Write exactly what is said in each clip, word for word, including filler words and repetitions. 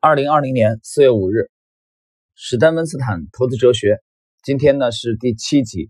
二零二零年四月五日，史丹温斯坦投资哲学，今天呢是第七集。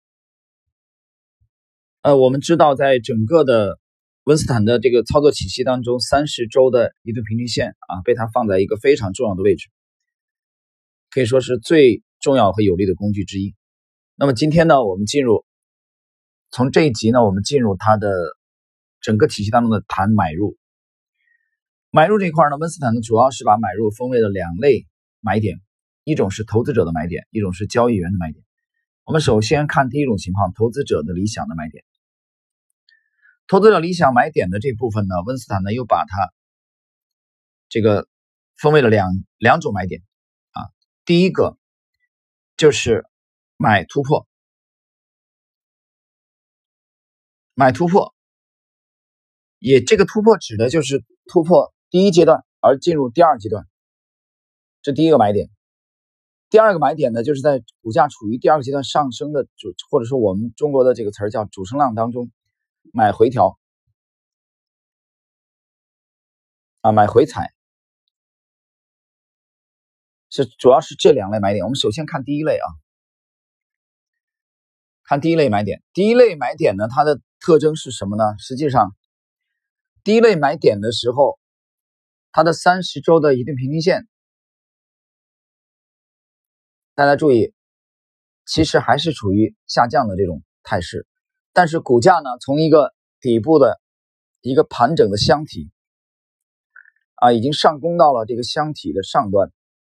呃，我们知道，在整个的温斯坦的这个操作体系当中，三十周的移动平均线啊，被他放在一个非常重要的位置，可以说是最重要和有力的工具之一。那么今天呢，我们进入从这一集呢，我们进入它的整个体系当中的谈买入。买入这一块呢，温斯坦呢主要是把买入分为了两类买点，一种是投资者的买点，一种是交易员的买点。我们首先看第一种情况，投资者的理想的买点。投资者理想买点的这部分呢，温斯坦呢又把它这个分为了两两种买点啊。第一个就是买突破，买突破，也这个突破指的就是突破第一阶段而进入第二阶段，这第一个买点。第二个买点呢，就是在股价处于第二个阶段上升的主，或者说我们中国的这个词儿叫主升浪当中，买回调啊，买回踩，是主要是这两类买点。我们首先看第一类啊，看第一类买点。第一类买点呢，它的特征是什么呢？实际上，第一类买点的时候，它的三十周的移动平均线，大家注意，其实还是处于下降的这种态势，但是股价呢，从一个底部的一个盘整的箱体啊，已经上攻到了这个箱体的上端，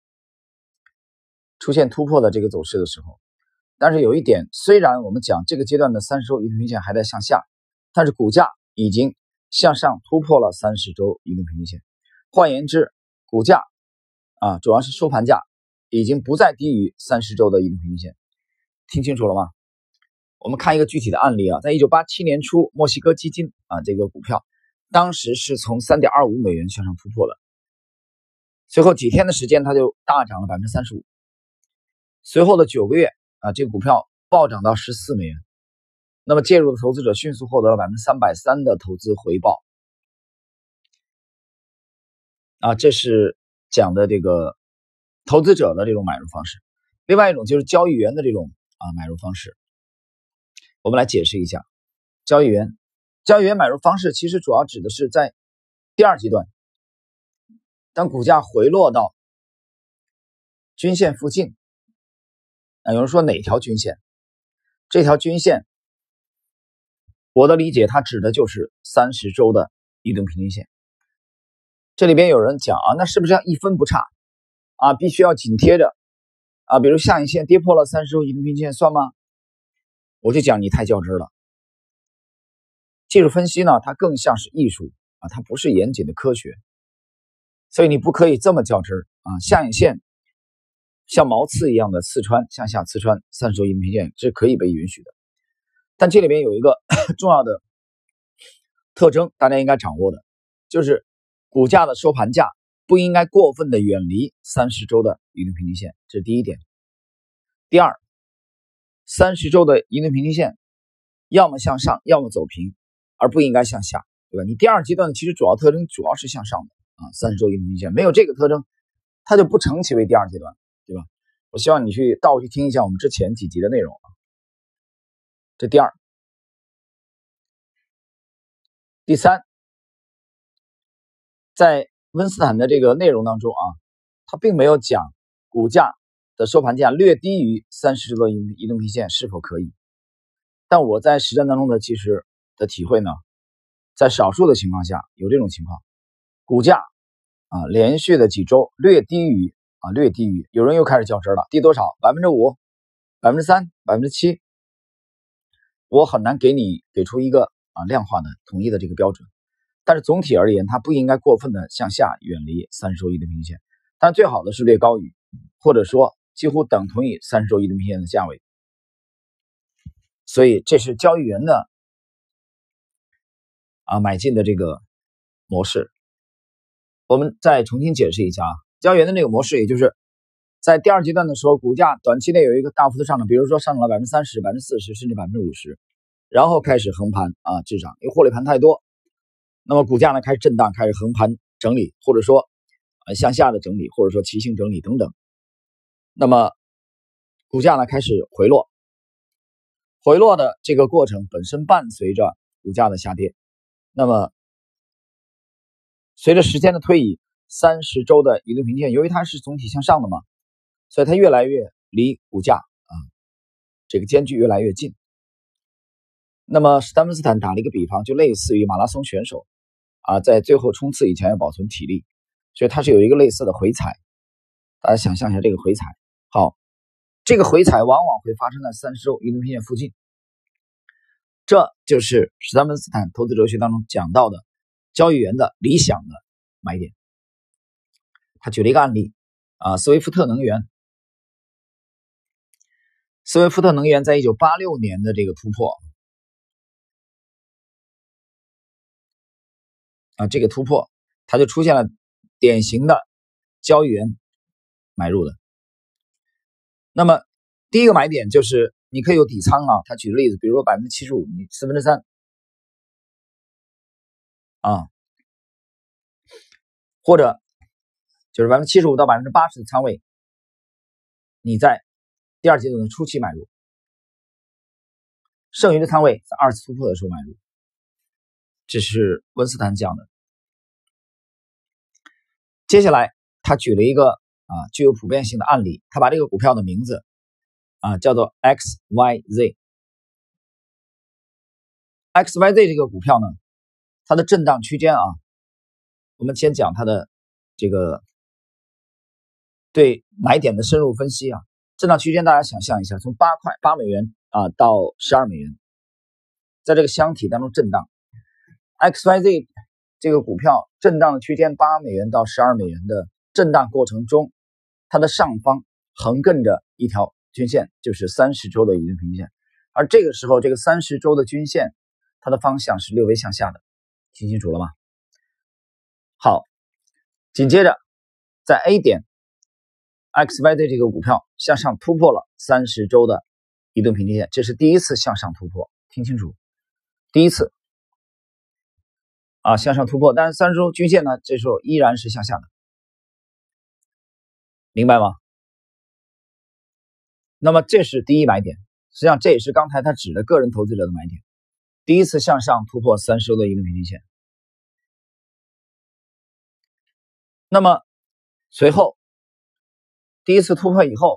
出现突破的这个走势的时候。但是有一点，虽然我们讲这个阶段的三十周移动平均线还在向下，但是股价已经向上突破了三十周移动平均线。换言之，股价啊，主要是收盘价已经不再低于三十周的移动平均线。听清楚了吗？我们看一个具体的案例啊，在一九八七年初，墨西哥基金啊这个股票当时是从 三点二五美元向上突破的，随后几天的时间它就大涨了 百分之三十五， 随后的九个月啊，这个股票暴涨到十四美元，那么介入的投资者迅速获得了 百分之三百三十 的投资回报啊，这是讲的这个投资者的这种买入方式。另外一种就是交易员的这种啊买入方式，我们来解释一下。交易员交易员买入方式其实主要指的是在第二阶段，当股价回落到均线附近啊，有人说哪条均线？这条均线我的理解它指的就是三十周的移动平均线。这里边有人讲啊，那是不是要一分不差啊，必须要紧贴着啊，比如下影线跌破了三十周移动平均线算吗？我就讲你太较真了。技术分析呢，它更像是艺术啊，它不是严谨的科学，所以你不可以这么较真啊。下影线像毛刺一样的刺穿，向下刺穿三十周移动平均线是可以被允许的，但这里边有一个重要的特征，大家应该掌握的，就是股价的收盘价不应该过分的远离三十周的移动平均线，这是第一点。第二，三十周的移动平均线要么向上，要么走平，而不应该向下，对吧？你第二阶段其实主要特征主要是向上的啊，三十周移动平均线没有这个特征，它就不成其为第二阶段，对吧？我希望你去倒去听一下我们之前几集的内容啊。这第二。第三，在温斯坦的这个内容当中啊，他并没有讲股价的收盘价略低于三十周的移动平均线是否可以，但我在实战当中的其实的体会呢，在少数的情况下有这种情况，股价啊连续的几周略低于啊略低于，有人又开始较真了，低多少？ 百分之五、百分之三、百分之七， 我很难给你给出一个啊量化的统一的这个标准。但是总体而言，它不应该过分的向下远离三十周移动平均线，但最好的是略高于，或者说几乎等同于三十周移动平均线的价位。所以这是交易员的啊买进的这个模式。我们再重新解释一下啊，交易员的这个模式，也就是在第二阶段的时候，股价短期内有一个大幅的上涨，比如说上涨了 百分之三十、百分之四十 甚至 百分之五十， 然后开始横盘啊滞涨，因为获利盘太多，那么股价呢开始震荡，开始横盘整理，或者说啊向下的整理，或者说齐形整理等等。那么股价呢开始回落，回落的这个过程本身伴随着股价的下跌。那么随着时间的推移，三十周的移动平均线由于它是总体向上的嘛，所以它越来越离股价啊这个间距越来越近。那么史丹文斯坦打了一个比方，就类似于马拉松选手啊，在最后冲刺以前要保存体力，所以它是有一个类似的回踩。大家想象一下这个回踩。好，这个回踩往往会发生在三十周移动平均线附近，这就是史丹文斯坦投资哲学当中讲到的交易员的理想的买点。他举了一个案例啊，斯威夫特能源，斯威夫特能源在一九八六年的这个突破啊，这个突破它就出现了典型的交易员买入的。那么第一个买点就是你可以有底仓啊，他举的例子，比如说百分之七十五，你四分之三啊，或者就是百分之七十五到百分之八十的仓位，你在第二阶段的初期买入，剩余的仓位在二次突破的时候买入。这是温斯坦讲的。接下来他举了一个啊具有普遍性的案例，他把这个股票的名字啊叫做 X Y Z。X Y Z 这个股票呢，它的震荡区间啊，我们先讲它的这个对买点的深入分析啊。震荡区间大家想象一下，从八块八美元啊到十二美元，在这个箱体当中震荡。X Y Z 这个股票震荡的区间八美元到十二美元的震荡过程中，它的上方横亘着一条均线，就是三十周的移动平均线。而这个时候，这个三十周的均线，它的方向是略微向下的，听清楚了吗？好，紧接着在 A 点 X Y Z 这个股票向上突破了三十周的移动平均线，这是第一次向上突破，听清楚，第一次啊向上突破，但是三十周均线呢，这时候依然是向下的，明白吗？那么这是第一买点，实际上这也是刚才他指的个人投资者的买点，第一次向上突破三十周的移动平均线。那么随后第一次突破以后，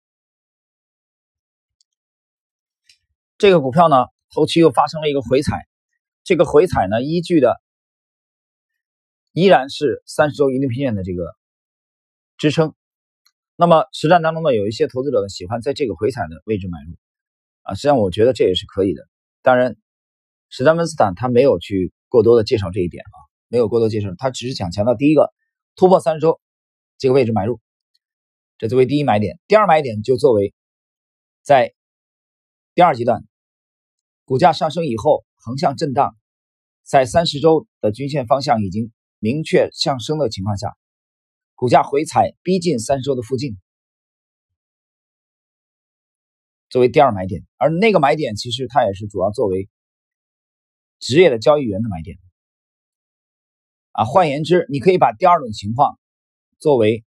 这个股票呢后期又发生了一个回踩，这个回踩呢依据的依然是三十周移动平均线的这个支撑。那么实战当中呢，有一些投资者呢喜欢在这个回踩的位置买入啊，实际上我觉得这也是可以的。当然史丹文斯坦他没有去过多的介绍这一点啊，没有过多介绍，他只是想强调第一个突破三十周这个位置买入，这作为第一买点。第二买点就作为在第二阶段股价上升以后横向震荡，在三十周的均线方向已经明确上升的情况下，股价回踩逼近三十周的附近，作为第二买点。而那个买点其实它也是主要作为职业的交易员的买点啊。换言之，你可以把第二种情况作为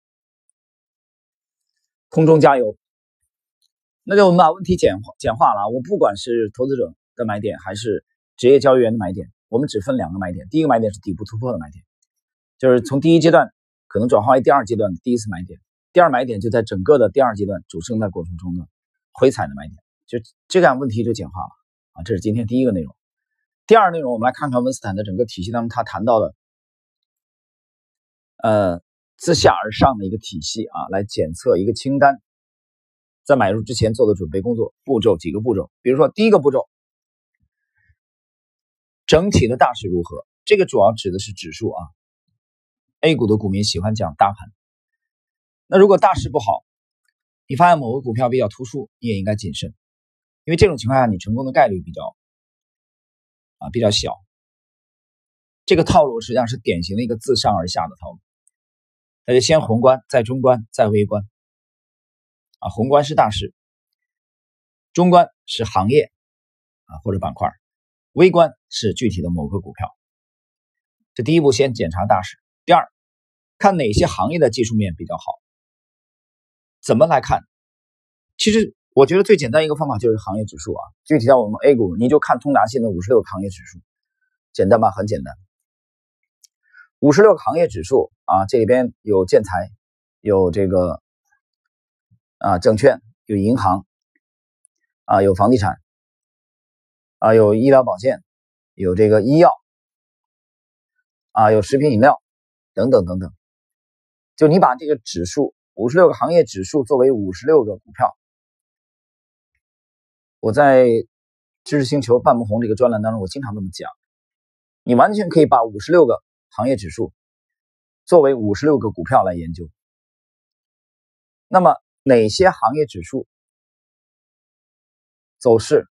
空中加油。那就我们把问题简化简化了，我不管是投资者的买点还是职业交易员的买点，我们只分两个买点。第一个买点是底部突破的买点，就是从第一阶段可能转化为第二阶段的第一次买点。第二买点就在整个的第二阶段主升的过程中的回踩的买点，就这样问题就简化了啊。这是今天第一个内容。第二内容我们来看看温斯坦的整个体系当中他谈到的呃自下而上的一个体系啊，来检测一个清单在买入之前做的准备工作步骤，几个步骤。比如说第一个步骤，整体的大势如何，这个主要指的是指数啊。A 股的股民喜欢讲大盘，那如果大势不好，你发现某个股票比较突出，你也应该谨慎，因为这种情况下你成功的概率比较啊比较小。这个套路实际上是典型的一个自上而下的套路，那就先宏观，再中观，再微观啊。宏观是大势，中观是行业啊或者板块，微观是具体的某个股票。这第一步先检查大势。第二， 看哪些行业的技术面比较好。怎么来看？其实我觉得最简单一个方法就是行业指数啊。具体到我们 A 股，你就看通达信的五十六个行业指数，简单吧？很简单。五十六个行业指数啊，这里边有建材，有这个啊证券，有银行啊，有房地产啊，有医疗保健，有这个医药啊，有食品饮料等等等等。就你把这个指数五十六个行业指数作为五十六个股票，我在知识星球半不红这个专栏当中，我经常这么讲，你完全可以把五十六个行业指数作为五十六个股票来研究。那么哪些行业指数走势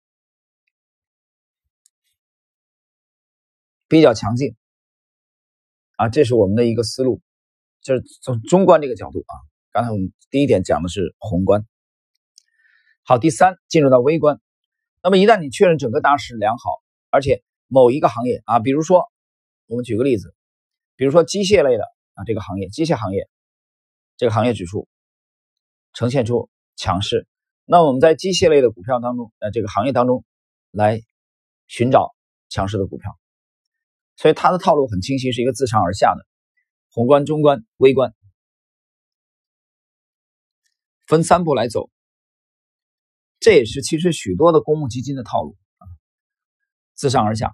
比较强劲啊？这是我们的一个思路，就是从中观这个角度啊。刚才我们第一点讲的是宏观。好，第三进入到微观。那么一旦你确认整个大势良好，而且某一个行业啊，比如说我们举个例子，比如说机械类的啊这个行业，机械行业这个行业指数呈现出强势，那我们在机械类的股票当中，呃这个行业当中来寻找强势的股票。所以它的套路很清晰，是一个自上而下的宏观、中观、微观，分三步来走。这也是其实许多的公募基金的套路啊，自上而下。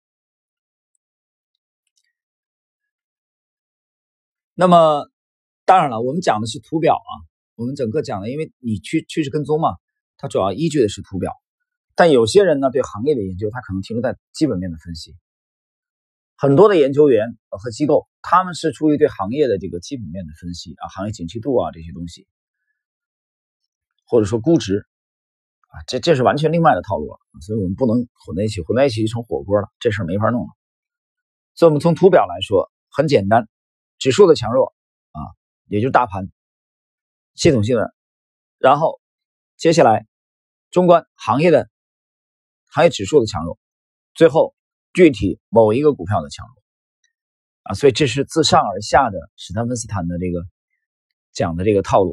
那么当然了，我们讲的是图表啊，我们整个讲的，因为你趋趋势跟踪嘛，它主要依据的是图表。但有些人呢，对行业的研究，他可能停留在基本面的分析。很多的研究员和机构，他们是出于对行业的这个基本面的分析啊，行业景气度啊这些东西，或者说估值啊，这这是完全另外的套路了，所以我们不能混在一起，混在一起就成火锅了，这事儿没法弄了。所以我们从图表来说，很简单，指数的强弱啊，也就是大盘系统性的，然后接下来中观行业的行业指数的强弱，最后具体某一个股票的强弱啊，所以这是自上而下的史坦芬斯坦的这个讲的这个套路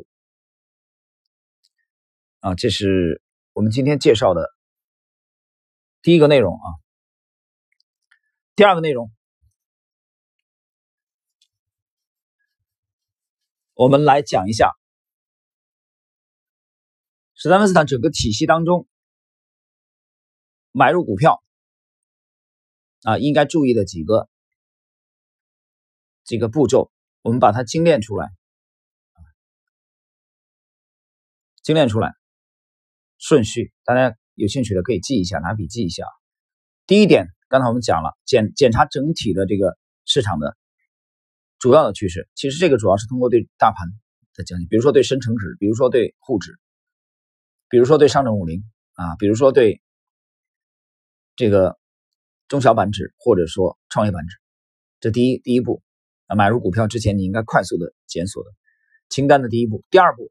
啊，这是我们今天介绍的第一个内容啊。第二个内容，我们来讲一下史坦芬斯坦整个体系当中买入股票啊应该注意的几个这个步骤，我们把它精炼出来，精炼出来顺序，大家有兴趣的可以记一下，拿笔记一下。第一点，刚才我们讲了，检检查整体的这个市场的主要的趋势，其实这个主要是通过对大盘的讲解，比如说对深成指，比如说对沪指，比如说对上证五零啊，比如说对这个中小板指或者说创业板指。这第一第一步啊，买入股票之前你应该快速的检索的清单的第一步。第二步，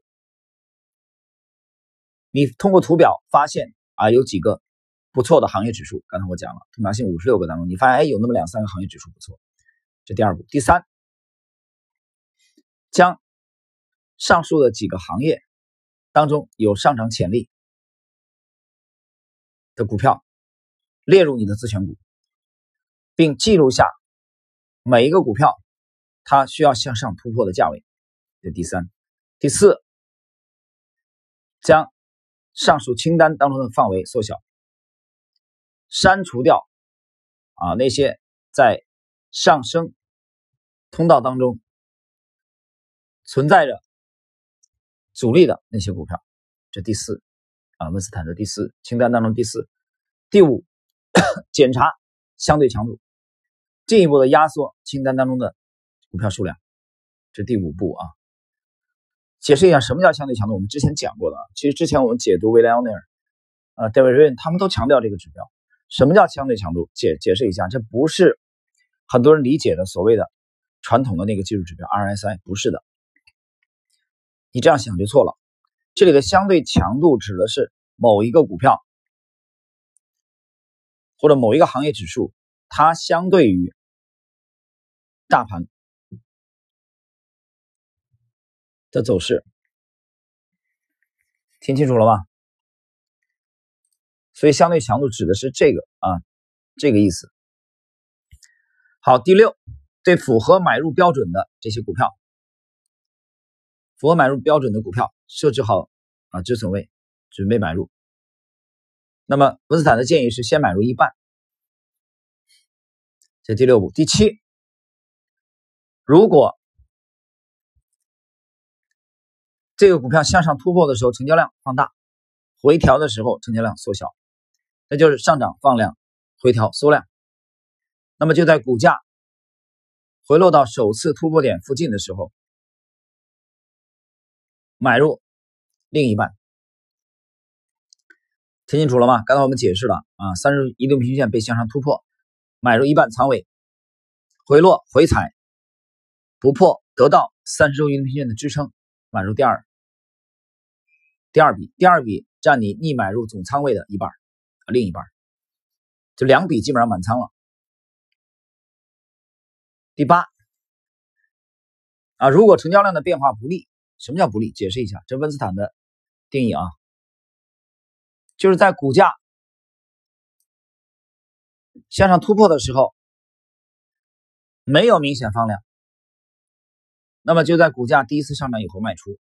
你通过图表发现啊有几个不错的行业指数，刚才我讲了，通达信五十六个当中，你发现哎有那么两三个行业指数不错，这第二步。第三，将上述的几个行业当中有上涨潜力的股票列入你的自选股，并记录下每一个股票它需要向上突破的价位，这第三。第四，将上述清单当中的范围缩小，删除掉啊那些在上升通道当中存在着阻力的那些股票，这第四啊，温斯坦的第四清单当中第四。第五，检查相对强度，进一步的压缩清单当中的股票数量，这第五步啊。解释一下什么叫相对强度，我们之前讲过的啊。其实之前我们解读威廉奥尼尔、呃 David Ryan 他们都强调这个指标。什么叫相对强度？解解释一下，这不是很多人理解的所谓的传统的那个技术指标 R S I， 不是的。你这样想就错了。这里的相对强度指的是某一个股票或者某一个行业指数，它相对于大盘的走势，听清楚了吗？所以相对强度指的是这个啊，这个意思。好，第六，对符合买入标准的这些股票，符合买入标准的股票设置好啊止损位，准备买入。那么温斯坦的建议是先买入一半，这第六步。第七，如果这个股票向上突破的时候成交量放大，回调的时候成交量缩小，那就是上涨放量，回调缩量。那么就在股价回落到首次突破点附近的时候，买入另一半。听清楚了吗？刚才我们解释了啊，三十移动平均线被向上突破，买入一半仓位，回落回踩不破，得到三十周移动平均线的支撑，买入第二第二笔，第二笔占你逆买入总仓位的一半，另一半，就两笔基本上满仓了。第八啊，如果成交量的变化不利，什么叫不利？解释一下，这温斯坦的定义啊，就是在股价向上突破的时候没有明显放量，那么就在股价第一次上涨以后卖出。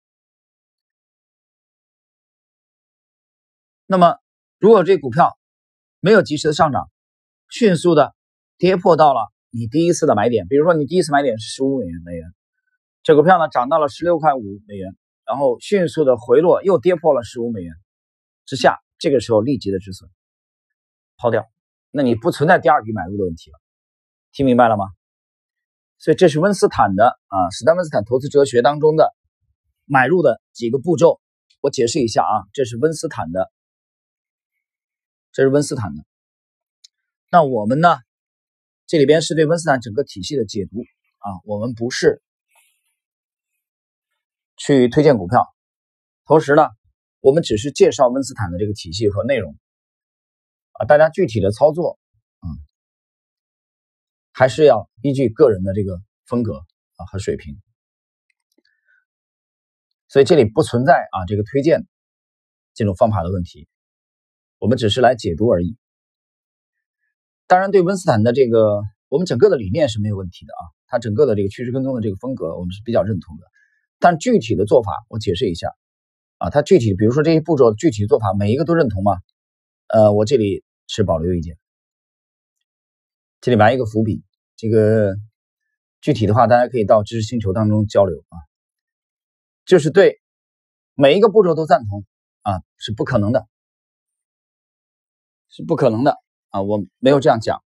那么如果这股票没有及时的上涨，迅速的跌破到了你第一次的买点，比如说你第一次买点是十五美元美元，这股票呢涨到了十六块五美元，然后迅速的回落又跌破了十五美元之下，这个时候立即的止损抛掉，那你不存在第二笔买入的问题了。听明白了吗？所以这是温斯坦的啊，史丹温斯坦投资哲学当中的买入的几个步骤，我解释一下啊，这是温斯坦的，这是温斯坦的。那我们呢，这里边是对温斯坦整个体系的解读啊，我们不是去推荐股票，同时呢，我们只是介绍温斯坦的这个体系和内容啊，大家具体的操作啊，还是要依据个人的这个风格啊和水平，所以这里不存在啊这个推荐这种方法的问题，我们只是来解读而已。当然，对温斯坦的这个我们整个的理念是没有问题的啊，他整个的这个趋势跟踪的这个风格我们是比较认同的，但具体的做法我解释一下啊，他具体比如说这些步骤具体做法每一个都认同吗？呃，我这里持保留意见，这里埋一个伏笔，这个具体的话大家可以到知识星球当中交流啊，就是对每一个步骤都赞同啊是不可能的，是不可能的啊，我没有这样讲。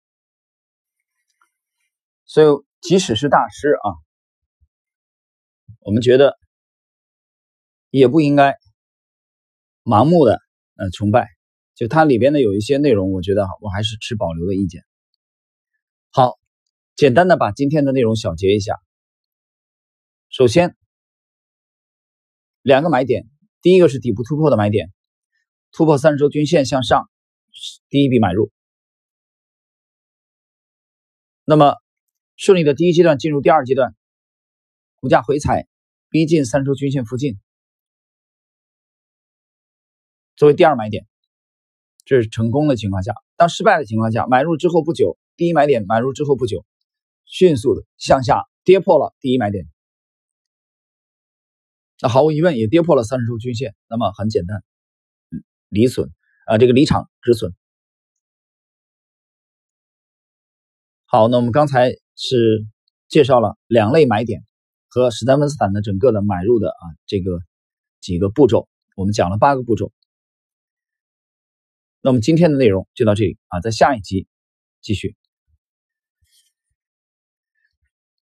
所以即使是大师啊，我们觉得也不应该盲目的呃崇拜，就它里边的有一些内容我觉得我还是持保留的意见。好，简单的把今天的内容小结一下。首先两个买点，第一个是底部突破的买点，突破三十周均线向上，第一笔买入。那么顺利的第一阶段进入第二阶段，股价回踩逼近三十周均线附近，作为第二买点，这是成功的情况下。当失败的情况下，买入之后不久，第一买点买入之后不久，迅速的向下跌破了第一买点，那毫无疑问也跌破了三十周均线，那么很简单，离损啊、呃，这个离场止损。好，那我们刚才是介绍了两类买点和史丹温斯坦的整个的买入的啊这个几个步骤，我们讲了八个步骤。那么今天的内容就到这里啊，在下一集继续。